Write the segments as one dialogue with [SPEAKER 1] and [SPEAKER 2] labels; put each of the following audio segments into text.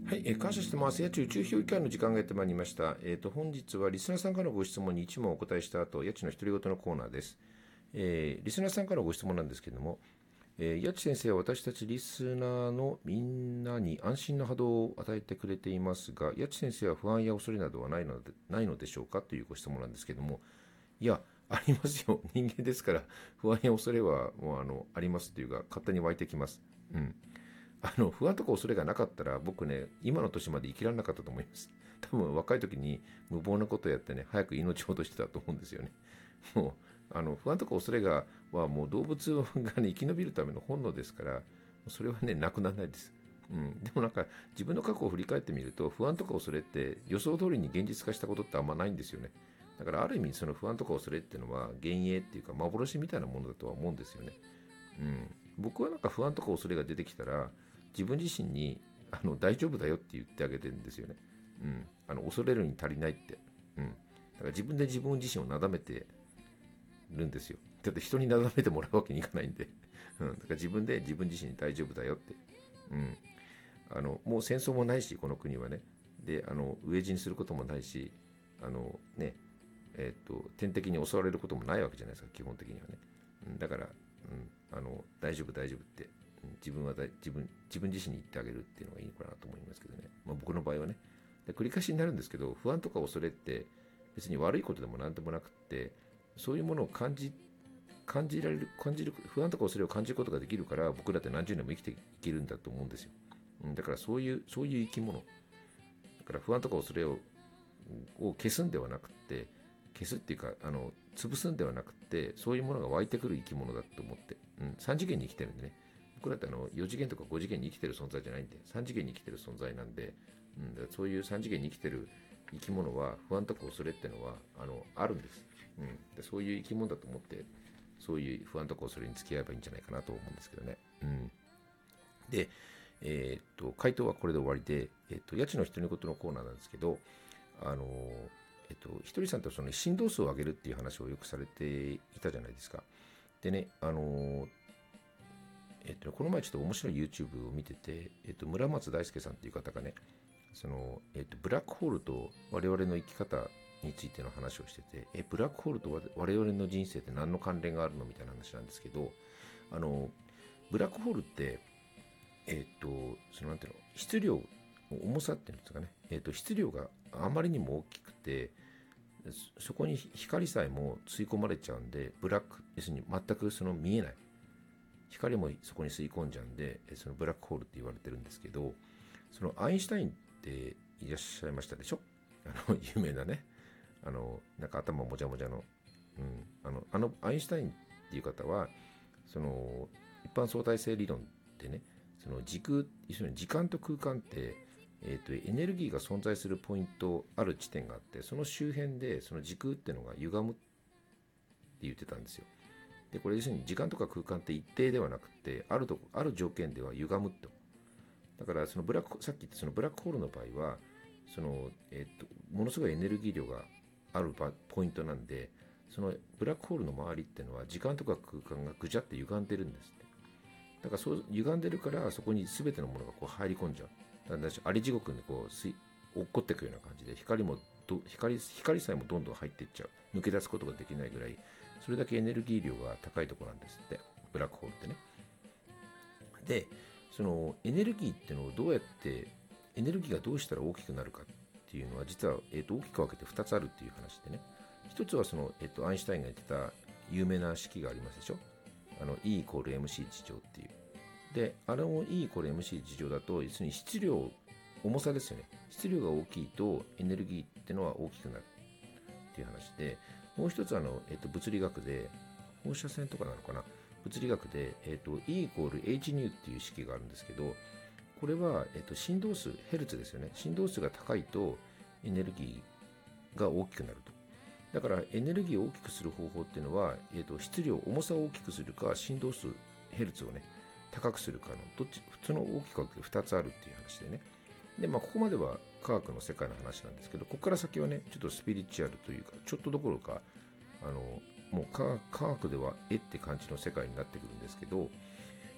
[SPEAKER 1] はい、感謝してます。宇宙評議会の時間がやってまいりました。本日はリスナーさんからのご質問に一問お答えした後、家賃の独り言のコーナーです。リスナーさんからのご質問なんですけれども、八千先生は私たちリスナーのみんなに安心の波動を与えてくれていますが、八千先生は不安や恐れなどはないのでしょうかというご質問なんですけれども、いや、ありますよ。人間ですから、不安や恐れはもうありますというか、勝手に湧いてきます。うん。不安とか恐れがなかったら僕ね、今の年まで生きられなかったと思います。多分若い時に無謀なことをやってね、早く命を落としてたと思うんですよね。もう不安とか恐れはもう動物が、ね、生き延びるための本能ですから、それはね、なくならないです。でもなんか自分の過去を振り返ってみると、不安とか恐れって予想通りに現実化したことってあんまないんですよね。だからある意味その不安とか恐れっていうのは幻影っていうか幻みたいなものだとは思うんですよね。僕はなんか不安とか恐れが出てきたら自分自身に大丈夫だよって言ってあげてるんですよね。恐れるに足りないって。だから自分で自分自身をなだめてるんですよ。だって人になだめてもらうわけにいかないんで。だから自分で自分自身に大丈夫だよって。もう戦争もないし、この国はね。で、飢え死にすることもないし、ね、天敵に襲われることもないわけじゃないですか、基本的にはね。だから、大丈夫大丈夫って、自分自身に言ってあげるっていうのがいいのかなと思いますけどね。僕の場合はね。で繰り返しになるんですけど、不安とか恐れって別に悪いことでも何でもなくって、そういうものを感じる、不安とか恐れを感じることができるから、僕らって何十年も生きていけるんだと思うんですよ。だからそういう生き物。だから不安とか恐れを消すんではなくて、消すっていうか潰すんではなくて、そういうものが湧いてくる生き物だと思って、3次元に生きてるんでね。僕らって4次元とか5次元に生きてる存在じゃないんで、3次元に生きてる存在なんで、だからそういう3次元に生きてる生き物は不安とか恐れっていうのはあるんです。でそういう生き物だと思って、そういう不安とか恐れに付き合えばいいんじゃないかなと思うんですけどね。で、回答はこれで終わりで、家賃の独り言のコーナーなんですけど、ひとりさんってその振動数を上げるっていう話をよくされていたじゃないですか。でね、この前ちょっと面白い YouTube を見てて、村松大輔さんっていう方がね、ブラックホールと我々の生き方についての話をしてて、ブラックホールと我々の人生って何の関連があるのみたいな話なんですけど、ブラックホールって、なんていうの、質量、重さっていうんですかね、質量があまりにも大きくて、そこに光さえも吸い込まれちゃうんで、ブラック、要するに全く見えない。光もそこに吸い込んじゃうんで、そのブラックホールって言われてるんですけど、そのアインシュタインっていらっしゃいましたでしょ。有名なね、なんか頭もじゃもじゃの、アインシュタインっていう方は、一般相対性理論ってね、時空、要するに時間と空間って、エネルギーが存在するポイントある地点があって、その周辺でその時空っていうのが歪むって言ってたんですよ。でこれ要するに時間とか空間って一定ではなくて、ある条件では歪むと。だからさっき言ったそのブラックホールの場合は、ものすごいエネルギー量があるポイントなんで、そのブラックホールの周りっていうのは時間とか空間がぐちゃって歪んでるんですって。だからそう歪んでるから、そこに全てのものがこう入り込んじゃう。だからあり地獄にこう落っこっていくような感じで、光さえもどんどん入っていっちゃう。抜け出すことができないぐらい、それだけエネルギー量が高いところなんですって、ブラックホールってね。で、そのエネルギーっていうのをどうやって、エネルギーがどうしたら大きくなるかっていうのは、実は、大きく分けて2つあるっていう話でね。一つはアインシュタインが言ってた有名な式がありますでしょ。E イコール MC 事乗っていう。で、E イコール MC 事乗だと、要するに質量、重さですよね。質量が大きいとエネルギーっていうのは大きくなるっていう話で、もう一つは物理学で、放射線とかなのかな、物理学で、E イコール h ニューっていう式があるんですけど、これは、振動数、ヘルツですよね。振動数が高いとエネルギーが大きくなると。だからエネルギーを大きくする方法っていうのは、質量、重さを大きくするか、振動数、ヘルツをね、高くするかの、どっち、普通の大きく分けて2つあるっていう話でね。で、ここまでは科学の世界の話なんですけど、ここから先はね、ちょっとスピリチュアルというか、ちょっとどころか、もう科学ではって感じの世界になってくるんですけど、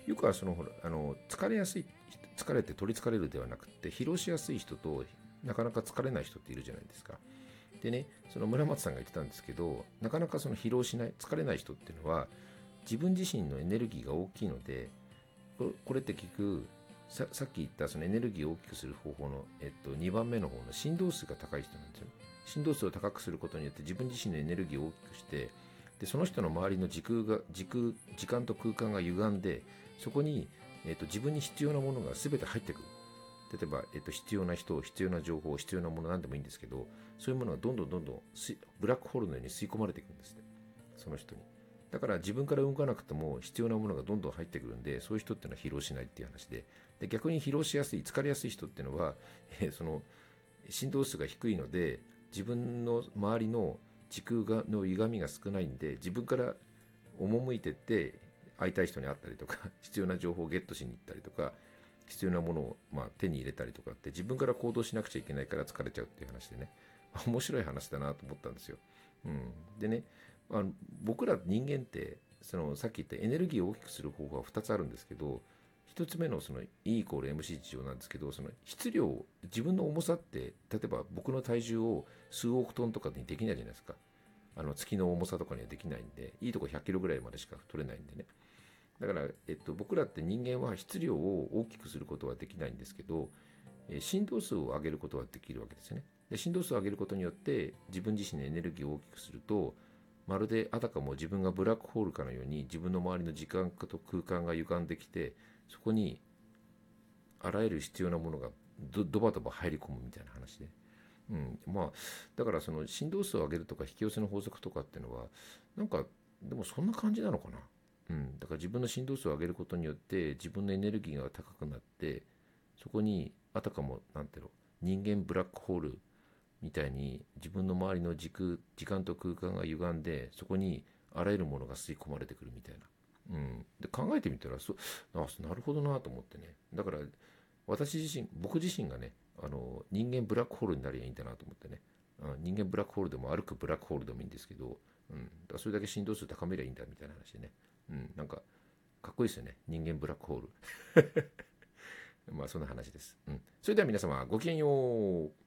[SPEAKER 1] よくはほら疲れやすい、疲れて取り疲れるではなくて、疲労しやすい人となかなか疲れない人っているじゃないですか。でね、その村松さんが言ってたんですけど、なかなかその疲労しない、疲れない人っていうのは、自分自身のエネルギーが大きいので、これって結局、さっき言ったそのエネルギーを大きくする方法の、2番目の方の振動数が高い人なんですよ。振動数を高くすることによって自分自身のエネルギーを大きくして、でその人の周りの時間と空間が歪んで、そこに、自分に必要なものが全て入ってくる。例えば、必要な人、必要な情報、必要なもの、何でもいいんですけど、そういうものがどんどんブラックホールのように吸い込まれていくんですね、その人に。だから自分から動かなくても必要なものがどんどん入ってくるんで、そういう人っていうのは疲労しないっていう話で、逆に疲労しやすい、疲れやすい人っていうのは、その振動数が低いので、自分の周りの時空の歪みが少ないんで、自分から赴いてって会いたい人に会ったりとか、必要な情報をゲットしに行ったりとか、必要なものを手に入れたりとかって自分から行動しなくちゃいけないから疲れちゃうっていう話でね、面白い話だなと思ったんですよ。でね、僕ら人間ってさっき言ったエネルギーを大きくする方法は2つあるんですけど、1つ目のE イコール MC 乗なんですけど、質量、自分の重さって、例えば僕の体重を数億トンとかにできないじゃないですか。月の重さとかにはできないんで、いいとこ100キロぐらいまでしか取れないんでね。だから、僕らって人間は質量を大きくすることはできないんですけど、振動数を上げることはできるわけですよね。で振動数を上げることによって自分自身のエネルギーを大きくすると、まるであたかも自分がブラックホールかのように自分の周りの時間と空間が歪んできて、そこにあらゆる必要なものがドバドバ入り込むみたいな話で、だからその振動数を上げるとか引き寄せの法則とかっていうのは、なんかでもそんな感じなのかな。だから自分の振動数を上げることによって自分のエネルギーが高くなって、そこにあたかもなんていうの、人間ブラックホールみたいに自分の周りの時間と空間が歪んで、そこにあらゆるものが吸い込まれてくるみたいな。で考えてみたらなるほどなと思ってね。だから僕自身がね、人間ブラックホールになりゃいいんだなと思ってね。人間ブラックホールでも歩くブラックホールでもいいんですけど、だからそれだけ振動数高めりゃいいんだみたいな話でね。なんかかっこいいですよね、人間ブラックホール。まあそんな話です。それでは皆様ごきげんよう。